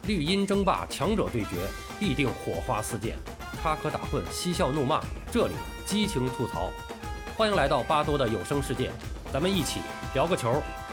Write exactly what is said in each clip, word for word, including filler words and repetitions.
绿茵争霸，强者对决，必定火花四溅，插科打诨，嬉笑怒骂，这里激情吐槽。欢迎来到巴多的有声世界，咱们一起聊个球。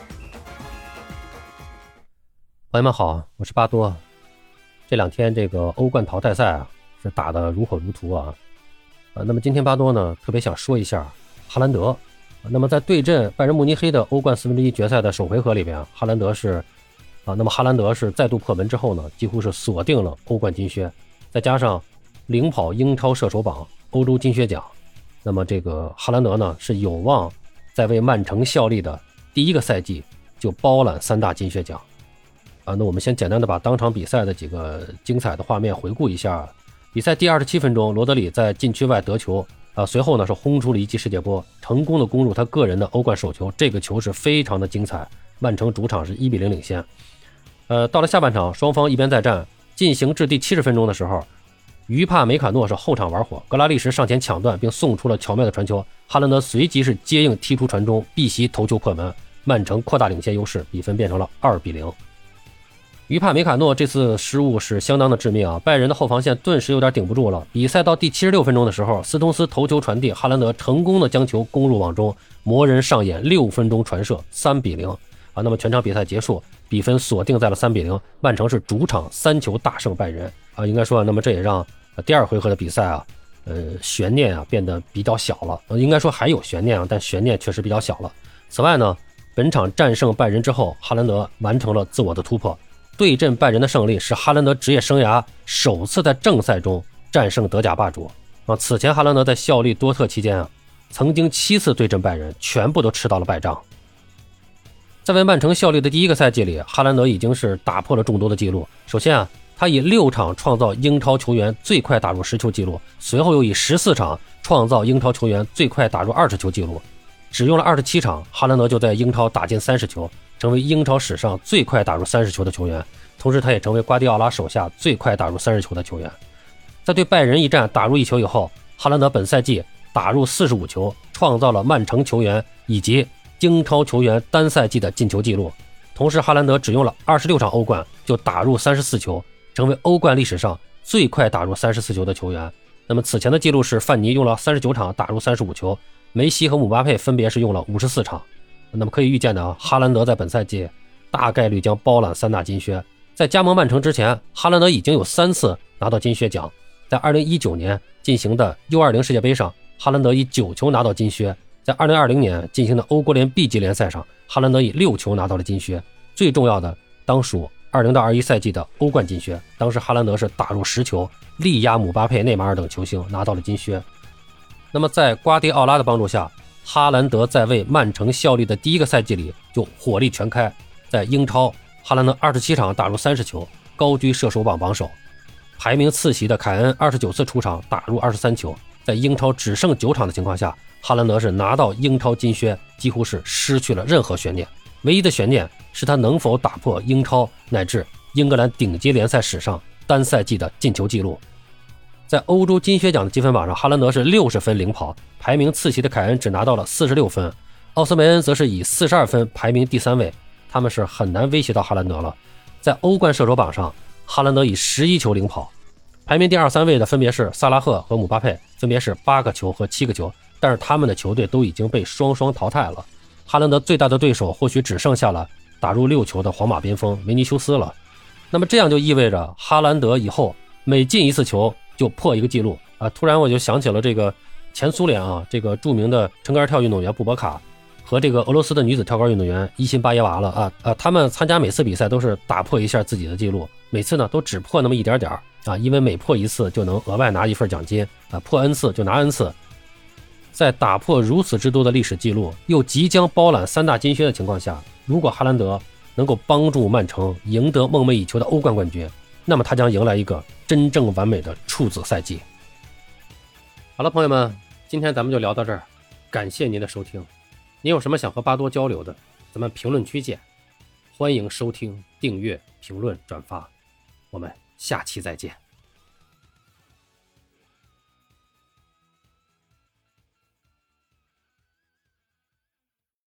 朋友们好，我是巴多。这两天这个欧冠淘汰赛啊，是打得如火如荼啊。呃，那么今天巴多呢，特别想说一下哈兰德。那么在对阵拜仁慕尼黑的欧冠四分之一决赛的首回合里边，哈兰德是啊，那么哈兰德是再度破门之后呢，几乎是锁定了欧冠金靴，再加上领跑英超射手榜、欧洲金靴奖，那么这个哈兰德呢是有望在为曼城效力的第一个赛季就包揽三大金靴奖啊。那我们先简单的把当场比赛的几个精彩的画面回顾一下。比赛第二十七分钟，罗德里在禁区外得球啊，随后呢是轰出了一记世界波，成功的攻入他个人的欧冠首球，这个球是非常的精彩。曼城主场是一比零领先。呃，到了下半场，双方一边再战，进行至第七十分钟的时候，于帕梅卡诺是后场玩火，格拉利什上前抢断并送出了巧妙的传球，哈兰德随即是接应踢出传中，避袭头球破门，曼城扩大领先优势，比分变成了二比零。于帕梅卡诺这次失误是相当的致命啊，拜仁的后防线顿时有点顶不住了。比赛到第七十六分钟的时候，斯通斯头球传递，哈兰德成功的将球攻入网中，魔人上演六分钟传射，三比零啊。那么全场比赛结束，比分锁定在了三比零，曼城是主场三球大胜拜仁啊。应该说，那么这也让第二回合的比赛啊，呃，悬念啊变得比较小了。呃、应该说还有悬念啊，但悬念确实比较小了。此外呢，本场战胜拜仁之后，哈兰德完成了自我的突破。对阵拜仁的胜利是哈兰德职业生涯首次在正赛中战胜德甲霸主啊！此前哈兰德在效力多特期间啊，曾经七次对阵拜仁，全部都吃到了败仗。在为曼城效力的第一个赛季里，哈兰德已经是打破了众多的记录。首先啊，他以六场创造英超球员最快打入十球记录，随后又以十四场创造英超球员最快打入二十球记录。只用了二十七场，哈兰德就在英超打进三十球，成为英超史上最快打入三十球的球员，同时他也成为瓜迪奥拉手下最快打入三十球的球员。在对拜仁一战打入一球以后，哈兰德本赛季打入四十五球，创造了曼城球员以及英超球员单赛季的进球记录。同时哈兰德只用了二十六场欧冠就打入三十四球，成为欧冠历史上最快打入三十四球的球员。那么此前的记录是范尼用了三十九场打入三十五球，梅西和姆巴佩分别是用了五十四场。那么可以预见的啊，哈兰德在本赛季大概率将包揽三大金靴。在加盟曼城之前，哈兰德已经有三次拿到金靴奖。在二零一九年进行的 U 二十 世界杯上，哈兰德以九球拿到金靴。在二零二零年进行的欧国联 B 级联赛上，哈兰德以六球拿到了金靴。最重要的当属二零到二十一赛季的欧冠金靴，当时哈兰德是打入十球，力压姆巴佩、内马尔等球星拿到了金靴。那么在瓜迪奥拉的帮助下，哈兰德在为曼城效力的第一个赛季里就火力全开。在英超，哈兰德二十七场打入三十球，高居射手榜榜首。排名次席的凯恩二十九次出场打入二十三球。在英超只剩九场的情况下，哈兰德是拿到英超金靴，几乎是失去了任何悬念。唯一的悬念是他能否打破英超乃至英格兰顶级联赛史上单赛季的进球纪录。在欧洲金靴奖的积分榜上，哈兰德是六十分领跑，排名次席的凯恩只拿到了四十六分，奥斯梅恩则是以四十二分排名第三位，他们是很难威胁到哈兰德了。在欧冠射手榜上，哈兰德以十一球领跑，排名第二三位的分别是萨拉赫和姆巴佩，分别是八个球和七个球，但是他们的球队都已经被双双淘汰了。哈兰德最大的对手或许只剩下了打入六球的皇马边锋维尼修斯了。那么这样就意味着哈兰德以后每进一次球就破一个记录啊！突然我就想起了这个前苏联啊，这个著名的撑杆跳运动员布博卡和这个俄罗斯的女子跳杆运动员伊辛巴耶娃了啊啊！他们参加每次比赛都是打破一下自己的记录，每次呢都只破那么一点点啊，因为每破一次就能额外拿一份奖金啊，破 n 次就拿 n 次。在打破如此之多的历史记录，又即将包揽三大金靴的情况下，如果哈兰德能够帮助曼城赢得梦寐以求的欧冠冠军，那么他将迎来一个真正完美的处子赛季。好了，朋友们，今天咱们就聊到这儿，感谢您的收听。您有什么想和巴多交流的，咱们评论区见。欢迎收听、订阅、评论、转发，我们下期再见。